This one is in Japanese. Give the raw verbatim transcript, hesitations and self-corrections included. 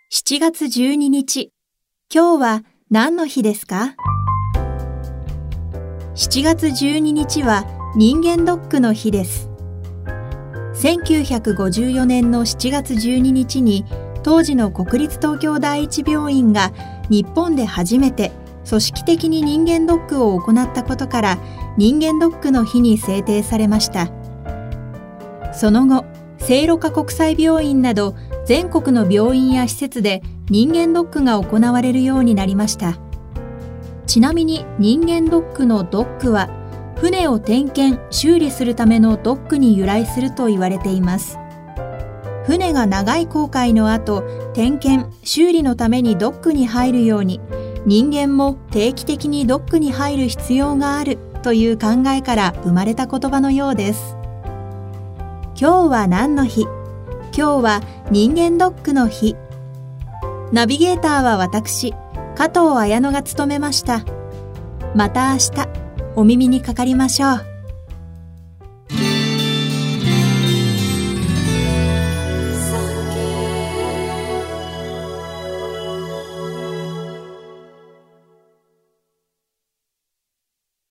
しちがつじゅうににち、今日は何の日ですか？しちがつじゅうににちは人間ドックの日です。せんきゅうひゃくごじゅうよねんのしちがつじゅうににちに当時の国立東京第一病院が日本で初めて組織的に人間ドックを行ったことから人間ドックの日に制定されました。その後、聖路加国際病院など全国の病院や施設で人間ドックが行われるようになりました。ちなみに人間ドックのドックは船を点検・修理するためのドックに由来すると言われています。船が長い航海の後、点検・修理のためにドックに入るように、人間も定期的にドックに入る必要があるという考えから生まれた言葉のようです。今日は何の日？今日は人間ドックの日。ナビゲーターは私、加藤綾乃が務めました。また明日、お耳にかかりましょう。